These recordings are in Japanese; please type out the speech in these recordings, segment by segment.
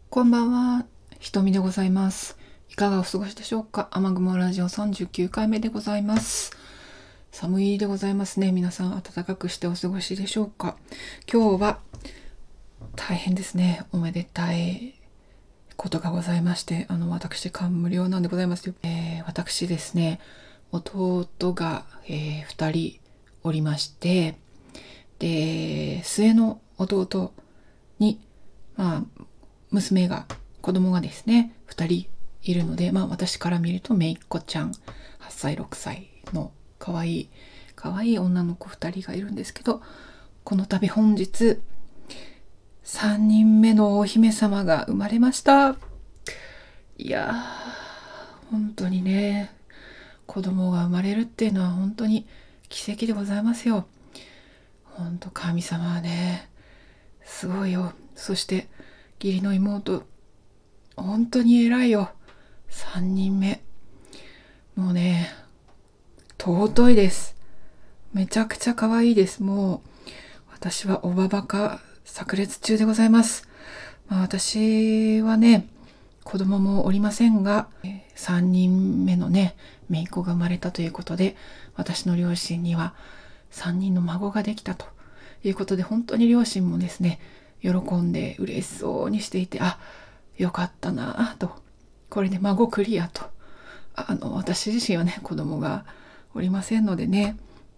こんばんは、ひとみでございます。いかがお過ごしでしょうか。雨雲ラジオ39回目でございます。寒いでございますね。皆さん暖かくしてお過ごしでしょうか。今日は大変ですね。おめでたいことがございまして、私感無量なんでございますよ。私ですね、弟が、2人おりまして、で末の弟に娘が子供がですね2人いるので、私から見るとめいっ子ちゃん8歳6歳のかわいい女の子2人がいるんですけど、この度本日3人目のお姫様が生まれました。いやー、本当にね、子供が生まれるっていうのは本当に奇跡でございますよ。本当神様はねすごいよ。そして義理の妹本当に偉いよ。3人目もうね尊いです。めちゃくちゃ可愛いです。もう私はおばばか炸裂中でございます。私はね子供もおりませんが、3人目のね姪っ子が生まれたということで、私の両親には3人の孫ができたということで、本当に両親もですね喜んで嬉しそうにしていて、よかったなと、これで孫クリアと。私自身はね子供がおりませんのでね、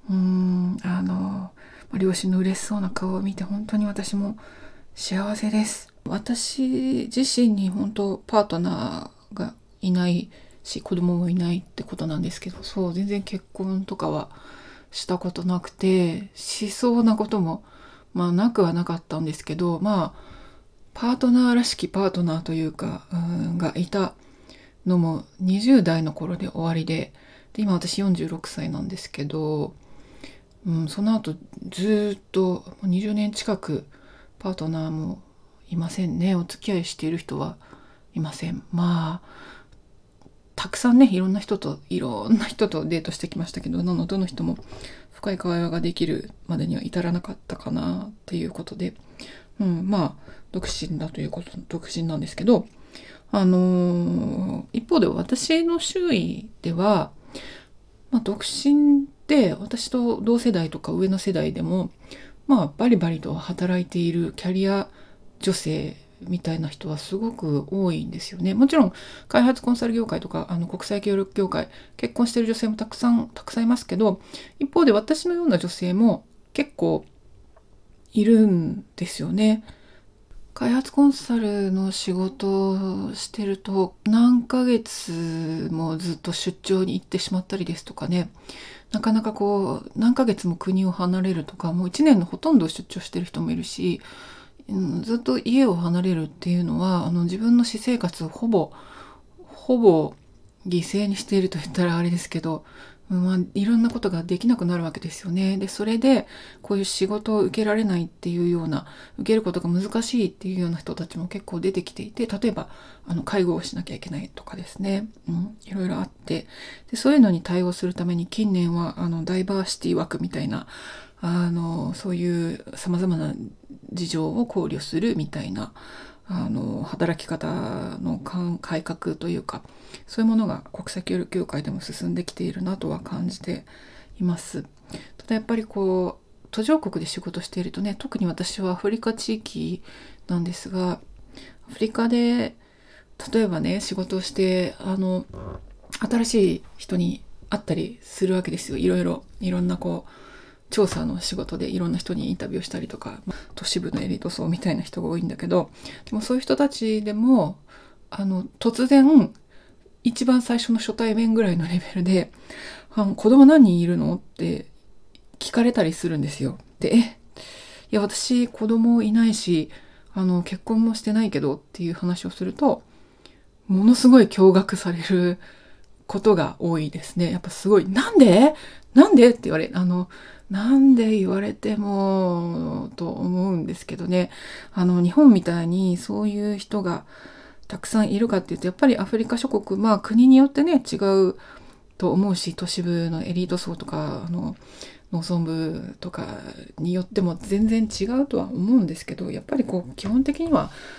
両親の嬉しそうな顔を見て本当に私も幸せです。私自身に本当パートナーがいないし子供もいないってことなんですけど、そう全然結婚とかはしたことなくて、しそうなこともなくはなかったんですけど、パートナーらしきパートナーというかがいたのも20代の頃で終わりで、今私46歳なんですけど、その後ずっと20年近くパートナーもいませんね。お付き合いしている人はいません。たくさんねいろんな人とデートしてきましたけど、どの人も深い会話ができるまでには至らなかったかなっていうことで、独身なんですけど、一方で私の周囲では、独身で私と同世代とか上の世代でもバリバリと働いているキャリア女性みたいな人はすごく多いんですよね。もちろん開発コンサル業界とか国際協力業界、結婚している女性もたくさんいますけど、一方で私のような女性も結構いるんですよね。開発コンサルの仕事をしてると何ヶ月もずっと出張に行ってしまったりですとかね、なかなか何ヶ月も国を離れるとか、もう1年のほとんど出張してる人もいるし、ずっと家を離れるっていうのは自分の私生活をほぼ犠牲にしていると言ったらあれですけど、いろんなことができなくなるわけですよね。でそれでこういう仕事を受けられないっていうような、受けることが難しいっていうような人たちも結構出てきていて、例えば介護をしなきゃいけないとかですね、いろいろあって、でそういうのに対応するために近年はダイバーシティ枠みたいなそういうさまざまな事情を考慮するみたいな働き方の改革というか、そういうものが国際協力業界でも進んできているなとは感じています。ただやっぱり途上国で仕事しているとね、特に私はアフリカ地域なんですが、アフリカで例えばね仕事をして新しい人に会ったりするわけですよ。いろんな調査の仕事でいろんな人にインタビューしたりとか、都市部のエリート層みたいな人が多いんだけど、でもそういう人たちでも突然一番最初の初対面ぐらいのレベルで子供何人いるのって聞かれたりするんですよ。でいや私子供いないし結婚もしてないけどっていう話をすると、ものすごい驚愕されることが多いですね。やっぱすごいなんでって言われなんで言われてもと思うんですけどね。日本みたいにそういう人がたくさんいるかっていうと、やっぱりアフリカ諸国国によってね違うと思うし、都市部のエリート層とか農村部とかによっても全然違うとは思うんですけど、やっぱり基本的には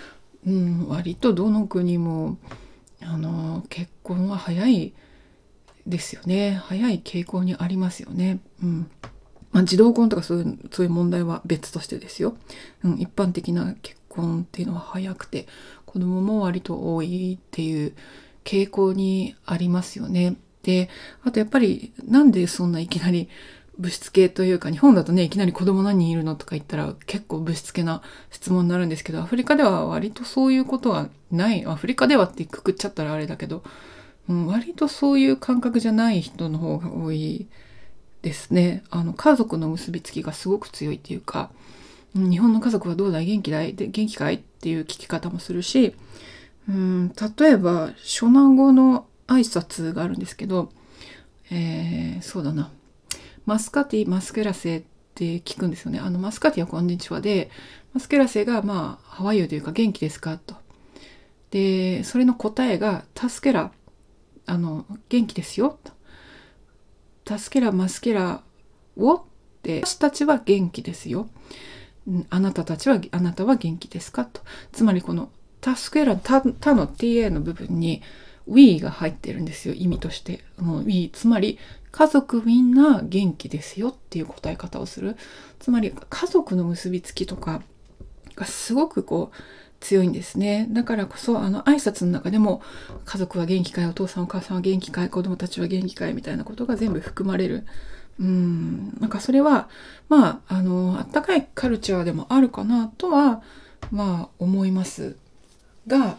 割とどの国も結婚は早いですよね。早い傾向にありますよね。児童婚とかそういう問題は別としてですよ。一般的な結婚っていうのは早くて、子供も割と多いっていう傾向にありますよね。で、あとやっぱりなんでそんないきなりぶしつけというか、日本だとね、いきなり子供何人いるのとか言ったら結構ぶしつけな質問になるんですけど、アフリカでは割とそういうことはない。アフリカではってくくっちゃったらあれだけど、割とそういう感覚じゃない人の方が多いですね。家族の結びつきがすごく強いっていうか、日本の家族はどうだい、元気かいっていう聞き方もするし、例えば初男語の挨拶があるんですけど、そうだな、マスカティマスケラセって聞くんですよね。マスカティはこんにちはで、マスケラセがハワイユというか元気ですかと。でそれの答えがタスケラ、元気ですよと。タスケラマスケラをって私たちは元気ですよ。あなたは元気ですかと。つまりこのタスケラ他の TA の部分に We が入ってるんですよ、意味として。We つまり家族みんな元気ですよっていう答え方をする。つまり家族の結びつきとかがすごく強いんですね。だからこそ挨拶の中でも家族は元気かい、お父さんお母さんは元気かい、子供たちは元気かいみたいなことが全部含まれる。なんかそれはあったかいカルチャーでもあるかなとは思いますが、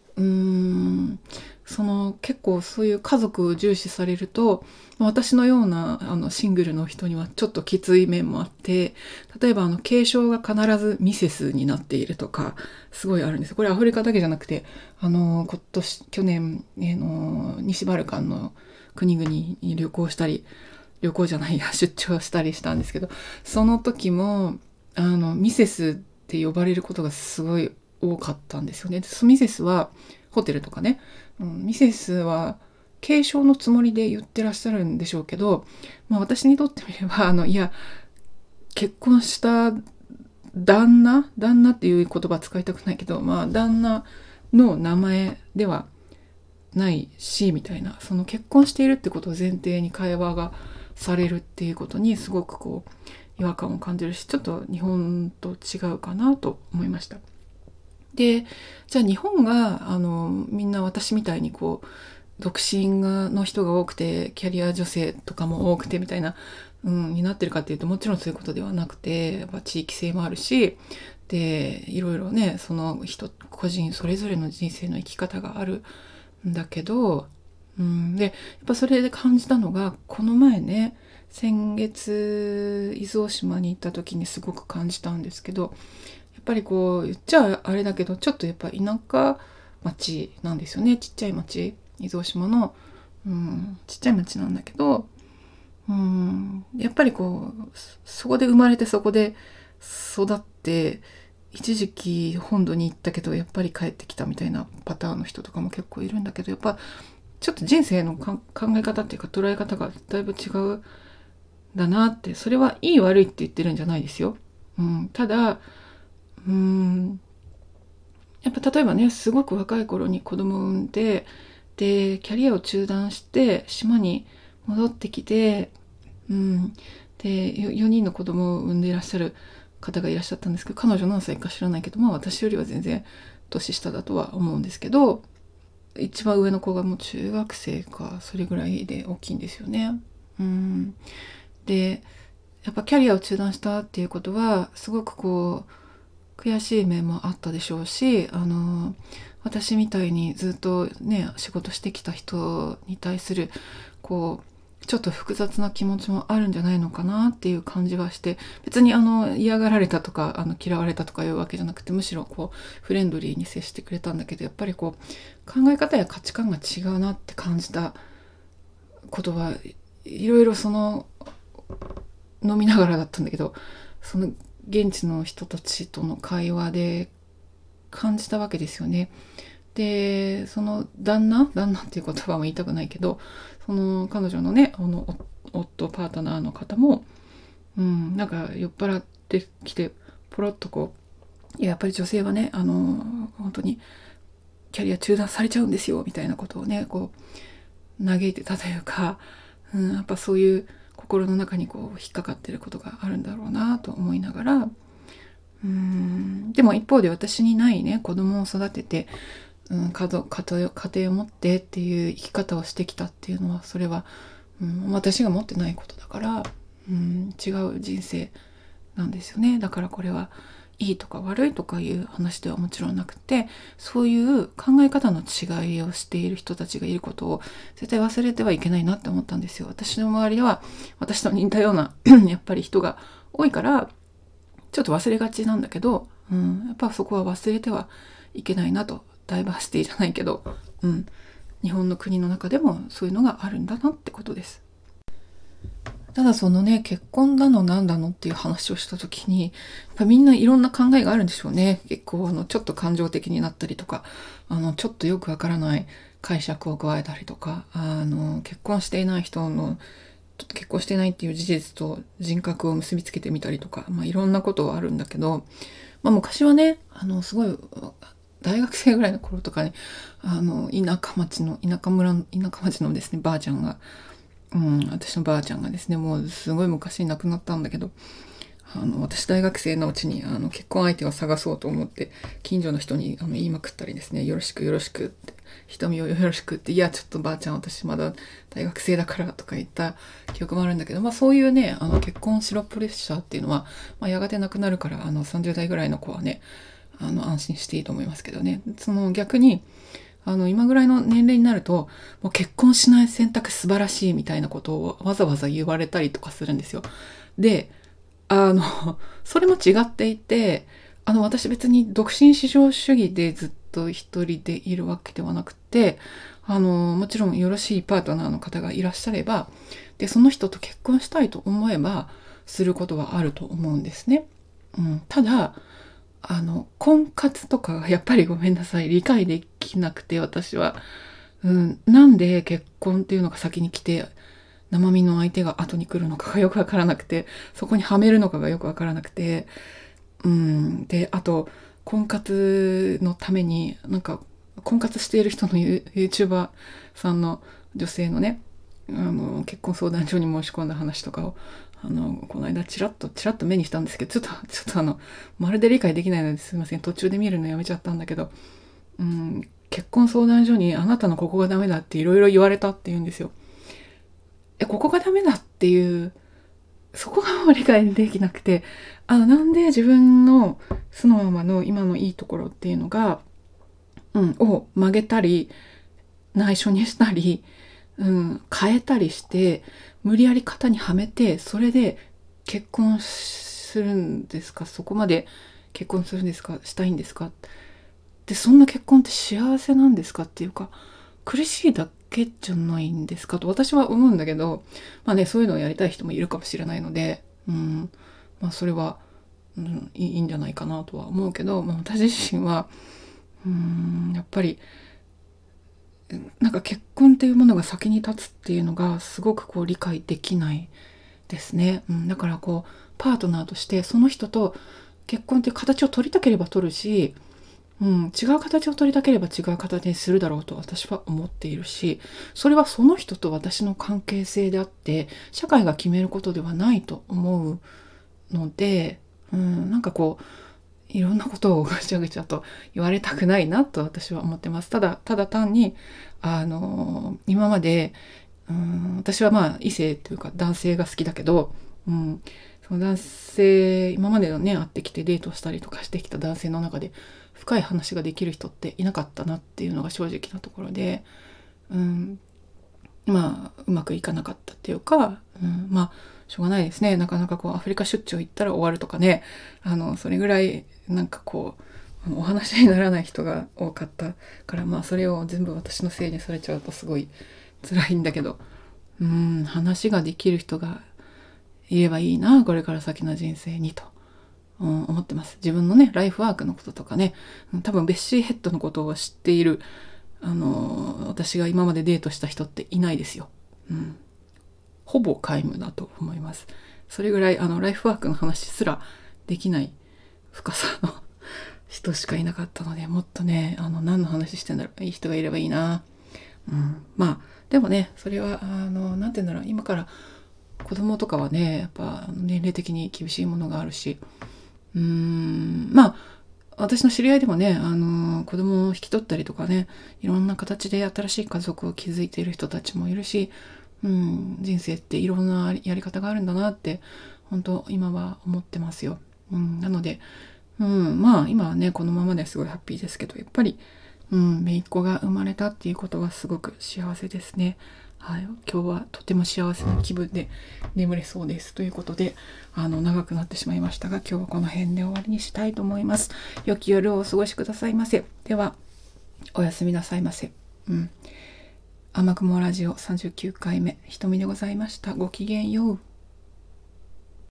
結構そういう家族を重視されると、私のようなシングルの人にはちょっときつい面もあって、例えば継承が必ずミセスになっているとかすごいあるんです。これアフリカだけじゃなくて去年、西バルカンの国々に旅行出張したりしたんですけど、その時もミセスって呼ばれることがすごい多かったんですよね。ミセスはホテルとかね、ミセスは継承のつもりで言ってらっしゃるんでしょうけど、私にとってみればいや結婚した旦那っていう言葉使いたくないけど、旦那の名前ではないしみたいな、その結婚しているってことを前提に会話がされるっていうことにすごく違和感を感じるし、ちょっと日本と違うかなと思いました。で、じゃあ日本がみんな私みたいに独身の人が多くてキャリア女性とかも多くてみたいな、になってるかっていうと、もちろんそういうことではなくて、やっぱ地域性もあるし、でいろいろね、その人個人それぞれの人生の生き方があるんだけど、でやっぱそれで感じたのが、この前ね、先月伊豆大島に行った時にすごく感じたんですけど、やっぱり言っちゃあれだけど、ちょっとやっぱ田舎町なんですよね。ちっちゃい町、伊豆大島の、ちっちゃい町なんだけど、やっぱりそこで生まれてそこで育って、一時期本土に行ったけどやっぱり帰ってきたみたいなパターンの人とかも結構いるんだけど、やっぱちょっと人生の考え方っていうか捉え方がだいぶ違うんだなって。それはいい悪いって言ってるんじゃないですよ。ただやっぱ例えばね、すごく若い頃に子供を産んで、でキャリアを中断して島に戻ってきて、で4人の子供を産んでいらっしゃる方がいらっしゃったんですけど、彼女何歳か知らないけど、私よりは全然年下だとは思うんですけど、一番上の子がもう中学生かそれぐらいで大きいんですよね。でやっぱキャリアを中断したっていうことはすごく悔しい面もあったでしょうし、私みたいにずっとね仕事してきた人に対するちょっと複雑な気持ちもあるんじゃないのかなっていう感じがして、別に嫌がられたとか嫌われたとかいうわけじゃなくて、むしろフレンドリーに接してくれたんだけど、やっぱり考え方や価値観が違うなって感じたことはいろいろ飲みながらだったんだけど、その現地の人たちとの会話で感じたわけですよね。でその旦那っていう言葉も言いたくないけど、その彼女のね夫パートナーの方も、なんか酔っ払ってきてポロッとやっぱり女性はね本当にキャリア中断されちゃうんですよみたいなことをねこう嘆いてたというか、やっぱそういう心の中にこう引っかかってることがあるんだろうなと思いながら、でも一方で私にないね子供を育てて、家庭を持ってっていう生き方をしてきたっていうのは、それは、私が持ってないことだから、違う人生なんですよね。だからこれはいいとか悪いとかいう話ではもちろんなくて、そういう考え方の違いをしている人たちがいることを絶対忘れてはいけないなって思ったんですよ。私の周りでは私と似たようなやっぱり人が多いからちょっと忘れがちなんだけど、やっぱそこは忘れてはいけないなと。ダイバーシティじゃないけど、日本の国の中でもそういうのがあるんだなってことです。ただそのね、結婚だのなんだのっていう話をした時に、やっぱみんないろんな考えがあるんでしょうね。結構ちょっと感情的になったりとか、ちょっとよくわからない解釈を加えたりとか、結婚していない人のちょっと結婚していないっていう事実と人格を結びつけてみたりとか、いろんなことはあるんだけど、昔はね、すごい大学生ぐらいの頃とかに、田舎町のですね、ばあちゃんが、私のばあちゃんがですね、もうすごい昔に亡くなったんだけど、私大学生のうちに結婚相手を探そうと思って近所の人に言いまくったりですね、よろしくよろしくって、瞳をよろしくって、いやちょっとばあちゃん私まだ大学生だからとか言った記憶もあるんだけど、そういうね結婚しろプレッシャーっていうのは、やがてなくなるから30代ぐらいの子はね安心していいと思いますけどね。その逆に今ぐらいの年齢になると、もう結婚しない選択素晴らしいみたいなことをわざわざ言われたりとかするんですよ。で、それも違っていて、私別に独身至上主義でずっと一人でいるわけではなくて、もちろんよろしいパートナーの方がいらっしゃれば、で、その人と結婚したいと思えば、することはあると思うんですね。ただ、婚活とかがやっぱりごめんなさい、理解できなくて、私は。なんで結婚っていうのが先に来て、生身の相手が後に来るのかがよくわからなくて、そこにはめるのかがよくわからなくて、で、あと、婚活のために、婚活している人のYouTuber さんの女性のね、結婚相談所に申し込んだ話とかを、この間チラッと目にしたんですけど、ちょっとまるで理解できないのですいません。途中で見るのやめちゃったんだけど、結婚相談所にあなたのここがダメだっていろいろ言われたって言うんですよ。ここがダメだっていう、そこがもう理解できなくて、なんで自分のそのままの今のいいところっていうのが、を曲げたり、内緒にしたり、変えたりして、無理やり型にはめて、それで結婚するんですか？そこまで結婚するんですか？したいんですか？で、そんな結婚って幸せなんですかっていうか、苦しいだけじゃないんですかと私は思うんだけど、そういうのをやりたい人もいるかもしれないので、それは、いいんじゃないかなとは思うけど、私自身は、やっぱり、結婚っていうものが先に立つっていうのがすごく理解できないですね。だからパートナーとしてその人と結婚っていう形を取りたければ取るし、違う形を取りたければ違う形にするだろうと私は思っているし、それはその人と私の関係性であって、社会が決めることではないと思うので、いろんなことをぐちゃぐちゃと言われたくないなと私は思ってます。ただ単に、今まで、私は異性というか男性が好きだけど、その男性、今までのね、会ってきてデートしたりとかしてきた男性の中で、深い話ができる人っていなかったなっていうのが正直なところで、うまくいかなかったっていうか、しょうがないですね。なかなかアフリカ出張行ったら終わるとかね、それぐらいお話にならない人が多かったから、それを全部私のせいにされちゃうとすごい辛いんだけど、話ができる人がいればいいな、これから先の人生にと。思ってます。自分のね、ライフワークのこととかね、多分ベッシーヘッドのことを知っている、私が今までデートした人っていないですよ。ほぼ皆無だと思います。それぐらい、ライフワークの話すらできない深さの人しかいなかったので、もっとね、何の話してんだろう、いい人がいればいいな。まあでもね、それはなんて言うんだろう、今から子供とかはね、やっぱ年齢的に厳しいものがあるし、まあ私の知り合いでもね、子供を引き取ったりとかね、いろんな形で新しい家族を築いている人たちもいるし、人生っていろんなやり方があるんだなって、本当今は思ってますよ。なので、まあ今はね、このままですごいハッピーですけど、やっぱり、姪っ子が生まれたっていうことはすごく幸せですね。はい、今日はとても幸せな気分で眠れそうです。ということで、長くなってしまいましたが、今日はこの辺で終わりにしたいと思います。良き夜をお過ごしくださいませ。では、おやすみなさいませ。雨雲ラジオ39回目、ひとみでございました。ごきげんよう。